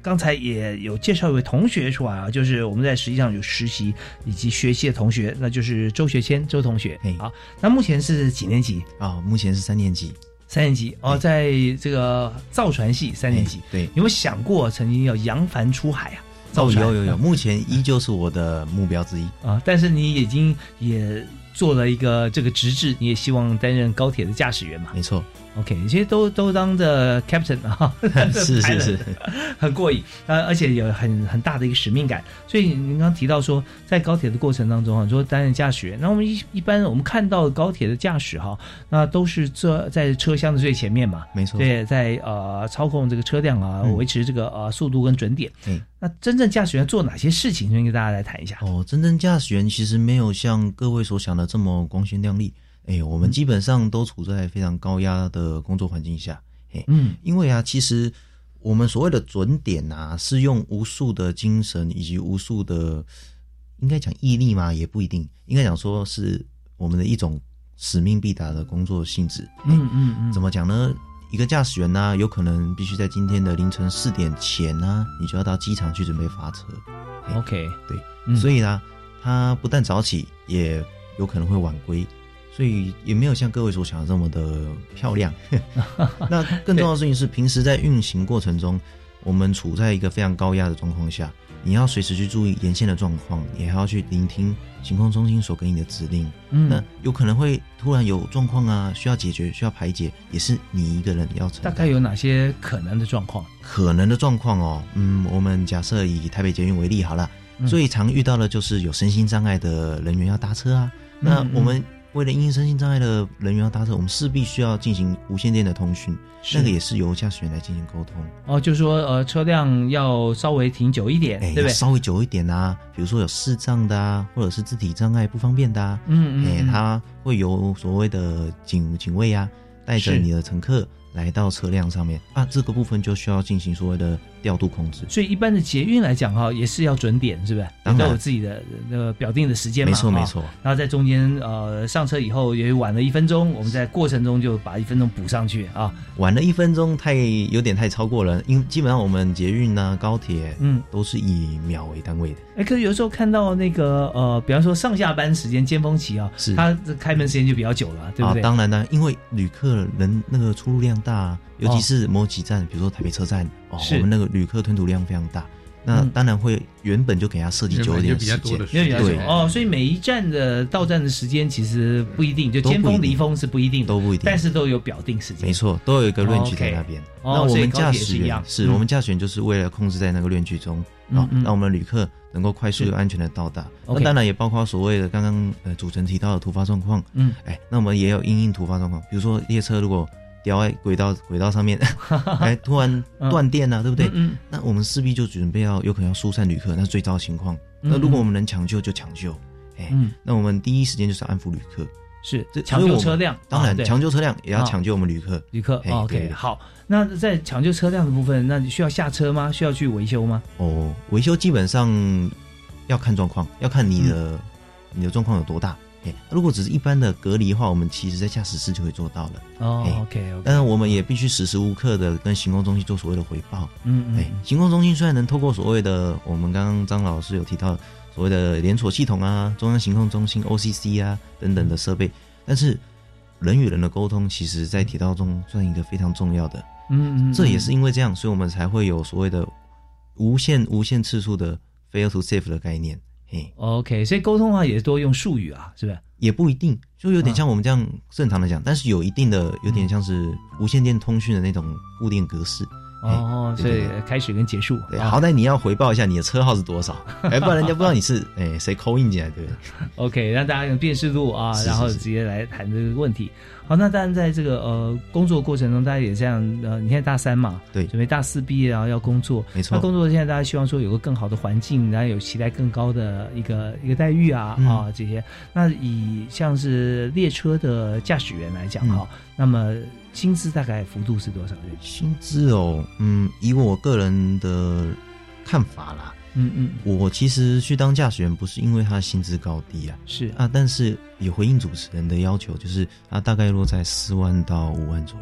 刚才也有介绍一位同学出来啊，就是我们在实际上有实习以及学习的同学，那就是周学谦周同学。好，那目前是几年级啊？目前是3年级。 3年级哦，在这个造船系3年级。 对， 有没有想过曾经要扬帆出海啊？ 有，目前依旧是我的目标之一啊。但是你已经也做了一个这个职志，你也希望担任高铁的驾驶员嘛？ 没错。 OK， 其实都当着 captain 啊， 是， 很过瘾而且有很大的一个使命感。所以您刚刚提到说，在高铁的过程当中啊，说担任驾驶员，那我们一般我们看到高铁的驾驶哈，那都是坐在车厢的最前面嘛， 没错。 对，在操控这个车辆啊，维持这个速度跟准点。那真正驾驶员做哪些事情？跟大家来谈一下。 真正驾驶员其实没有像各位所想的这么光鲜亮丽。我们基本上都处在非常高压的工作环境下。因为啊，其实我们所谓的准点啊，是用无数的精神以及无数的，应该讲毅力嘛，也不一定，应该讲说是我们的一种使命必达的工作性质。怎么讲呢？一个驾驶员呢，有可能必须在今天的凌晨4点前呢，你就要到机场去准备发车。 OK， 对，所以呢，他不但早起，也有可能会晚归。所以也没有像各位所想的这么的漂亮。那更重要的事情是，平时在运行过程中，我们处在一个非常高压的状况下，你要随时去注意沿线的状况，也还要去聆听行控中心所给你的指令。那有可能会突然有状况啊，需要解决，需要排解，也是你一个人要承担。 大概有哪些可能的状况？ 可能的状况哦，我们假设以台北捷运为例好了，最常遇到的就是有身心障碍的人员要搭车啊。那我们为了因应身心障碍的人员要搭车，我们势必需要进行无线电的通讯，那个也是由驾驶员来进行沟通。 就是说车辆要稍微停久一点，对不对？ 稍微久一点啊，比如说有视障的啊，或者是肢体障碍不方便的啊，他会有所谓的警卫啊，带着你的乘客来到车辆上面啊，这个部分就需要进行所谓的调度控制。 所以一般的捷运来讲哈，也是要准点，是不是？都有自己的那个表定的时间嘛。 没错。 然后在中间上车以后也晚了1分钟，我们在过程中就把1分钟补上去啊。 晚了1分钟有点太超过了，因为基本上我们捷运啊、高铁都是以秒为单位的。 可是有时候看到那个比方说上下班时间尖峰期啊，它开门时间就比较久了，对不对？ 当然呢，因为旅客人那个出入量大，尤其是某几站，比如说台北车站我们那个旅客吞吐量非常大，那当然会原本就给他设计久一点时间， 对所以每一站的到站的时间其实不一定，就尖峰离峰是不一定， 都不一定， 但是都有表定时间， 没错，都有一个range在那边。那我们驾驶员我们驾驶员就是为了控制在那个range中让我们旅客能够快速又安全的到达。那当然也包括所谓的刚刚主持人提到的突发状况，那我们也有因应突发状况，比如说列车如果掉在轨道上面，突然断电了，对不对？那我们势必就准备有可能要疏散旅客，那是最糟的情况。那如果我们能抢救就抢救，那我们第一时间就是安抚旅客， 是抢救车辆， 当然抢救车辆也要抢救我们旅客。 OK， 好。那在抢救车辆的部分，那你需要下车吗？需要去维修吗？ 维修基本上要看状况，要看你的状况有多大。如果只是一般的隔离的话，我们其实在驾驶室就会做到了。 OK。 但是我们也必须时时无刻的跟行控中心做所谓的回报。行控中心虽然能透过所谓的我们刚刚张老师有提到所谓的连锁系统啊、中央行控中心 OCC 啊等等的设备，但是人与人的沟通，其实在铁道中算一个非常重要的。这也是因为这样，所以我们才会有所谓的无限次数的 fail to safe 的概念。 OK， 所以沟通的话也多用术语啊，是不是？ 也不一定，就有点像我们这样正常的讲，但是有一定的，有点像是无线电通讯的那种固定格式。 所以开始跟结束， 好歹你要回报一下你的车号是多少，不然人家不知道你是谁 call in 进来，对不对 ？OK， 让大家用辨识度啊，然后直接来谈这个问题。好，那当然在这个工作过程中，大家也这样你现在大3嘛， 对， 准备大4毕业然后要工作， 没错。 那工作现在大家希望说有个更好的环境，然后有期待更高的一个待遇啊这些。那以像是列车的驾驶员来讲那么薪资大概幅度是多少？ 薪资以我个人的看法啦，我其实去当驾驶员不是因为他薪资高低啊， 是啊，但是也回应主持人的要求，就是他大概落在4万到5万左右。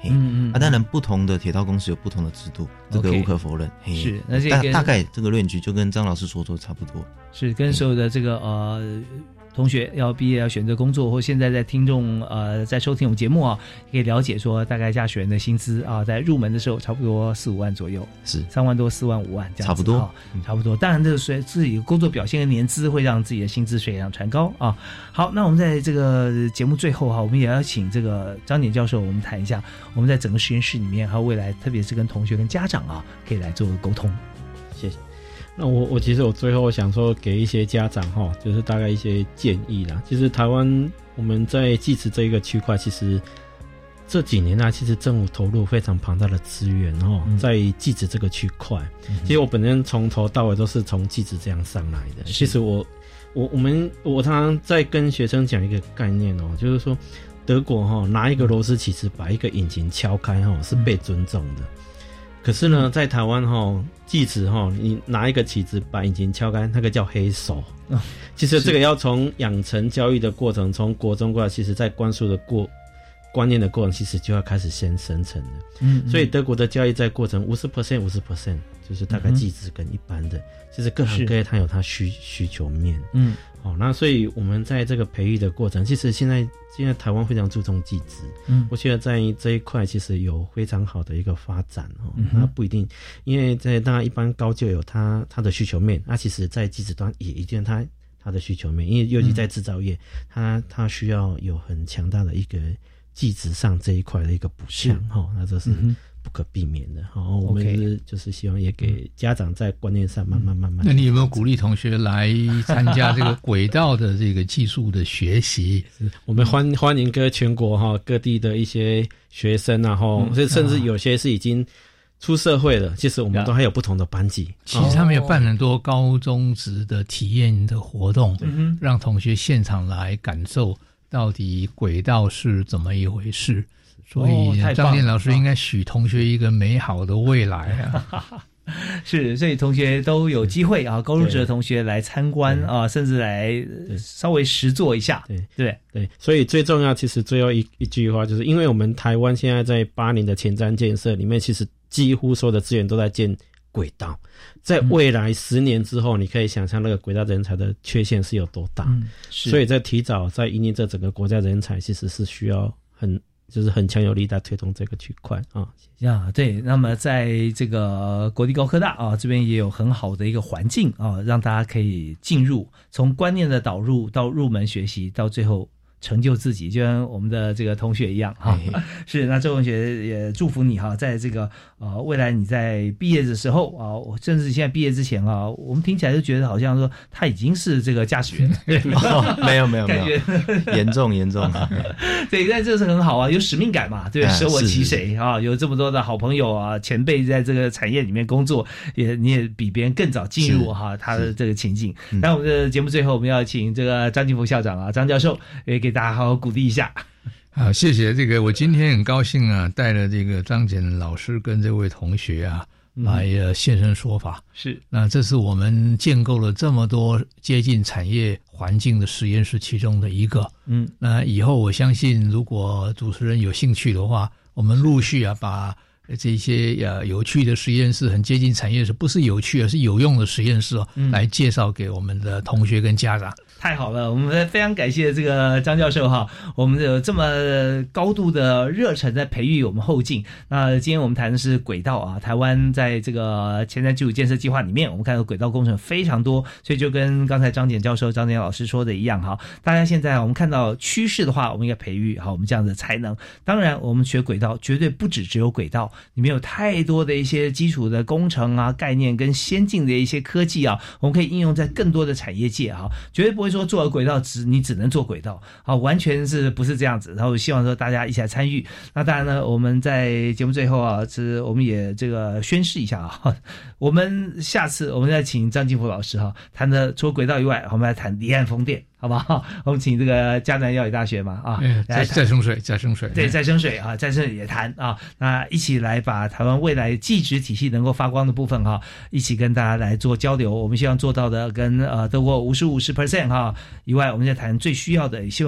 当然不同的铁道公司有不同的制度，这个无可否认。 是，而且大概这个论据就跟张老师所说差不多。 是跟所有的这个同学要毕业要选择工作，或现在在听众在收听我们节目啊，可以了解说大概驾驶员的薪资啊，在入门的时候差不多4-5万左右， 是 3万多4万5万这样子， 差不多， 差不多。当然这个随自己工作表现跟年资会让自己的薪资水涨船高啊。好，那我们在这个节目最后哈，我们也要请这个张典教授，我们谈一下我们在整个实验室里面还有未来，特别是跟同学跟家长啊，可以来做沟通。 谢谢。那我其实我最后想说给一些家长哈，就是大概一些建议啦。其实台湾我们在技职这一个区块，其实这几年其实政府投入非常庞大的资源在技职这个区块。其实我本身从头到尾都是从技职这样上来的。其实我常常在跟学生讲一个概念就是说德国拿一个螺丝起子把一个引擎敲开是被尊重的。可是呢，在台湾技职你拿一个起子把引擎敲开，那个叫黑手。其实这个要从养成教育的过程，从国中过来，其实在灌输的观念的过程，其实就要开始先生成了。所以德国的教育在过程50%，就是大概技职跟一般的，其实各行各业它有它需求面。那所以我们在这个培育的过程，其实现在台湾非常注重技职，我觉得在这一块其实有非常好的一个发展那不一定，因为当然一般高就有它的需求面，其实在技职端也一定它的需求面，因为尤其在制造业，它需要有很强大的一个技职上这一块的一个补强那这是不可避免的。我们就是希望也给家长在观念上慢慢。 那你有没有鼓励同学来参加这个轨道的这个技术的学习？ 我们欢迎全国各地的一些学生甚至有些是已经出社会了，其实我们都还有不同的班级。 其实他们有办很多高中职的体验的活动，让同学现场来感受到底轨道是怎么一回事。所以张典老师应该许同学一个美好的未来啊！ 是，所以同学都有机会高入职的同学来参观甚至来稍微实做一下。对， 所以最重要，其实最后一句话就是，因为我们台湾现在在8年的前瞻建设里面，其实几乎所有的资源都在建轨道，在未来10年之后，你可以想象那个轨道人才的缺陷是有多大。所以在提早在引领这整个国家人才，其实是需要很强有力的推动这个区块对，那么在这个国立高科大这边也有很好的一个环境让大家可以进入，从观念的导入到入门学习，到最后成就自己，就像我们的这个同学一样是，那周同学也祝福你在这个未来你在毕业的时候甚至现在毕业之前我们听起来就觉得好像说他已经是这个驾驶员没有感觉严重对，但这是很好有使命感嘛，对，舍我其谁有这么多的好朋友前辈在这个产业里面工作，你也比别人更早进入他的这个情境。那我们的节目最后我们要请这个张进福校长张教授也给大家好好鼓励一下。 好，谢谢。这个我今天很高兴带了这个张简老师跟这位同学来现身说法。 是， 那这是我们建构了这么多接近产业环境的实验室其中的一个。那以后我相信，如果主持人有兴趣的话，我们陆续把这些有趣的实验室，很接近产业，不是有趣而是有用的实验室来介绍给我们的同学跟家长。 太好了，我们非常感谢这个张教授我们有这么高度的热忱在培育我们后进。那今天我们谈的是轨道台湾在这个前瞻基础建设计划里面，我们看到轨道工程非常多，所以就跟刚才张简教授张简老师说的一样大家现在我们看到趋势的话，我们应该培育我们这样的才能。当然我们学轨道绝对不只有轨道，里面有太多的一些基础的工程概念跟先进的一些科技我们可以应用在更多的产业界绝对不会说做了轨道你只能做轨道完全是不是这样子。然后希望说大家一起来参与。那当然呢，我们在节目最后我们也这个宣示一下我们下次我们再请张进福老师谈的除了轨道以外，我们来谈离岸风电，好不好？我们请这个嘉南药理大学嘛再生水对，再生水再生水也谈那一起来把台湾未来技职体系能够发光的部分一起跟大家来做交流。我们希望做到的跟德国50% 以外，我们在谈最需要的，也希望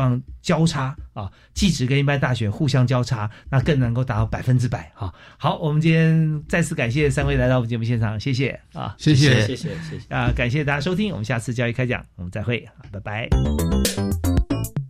交叉啊，技职跟一般大学互相交叉，那更能够达到100%啊。好，我们今天再次感谢3位来到我们节目现场，谢谢啊， 谢谢谢谢啊，感谢大家收听，我们下次教育开讲我们再会，拜拜。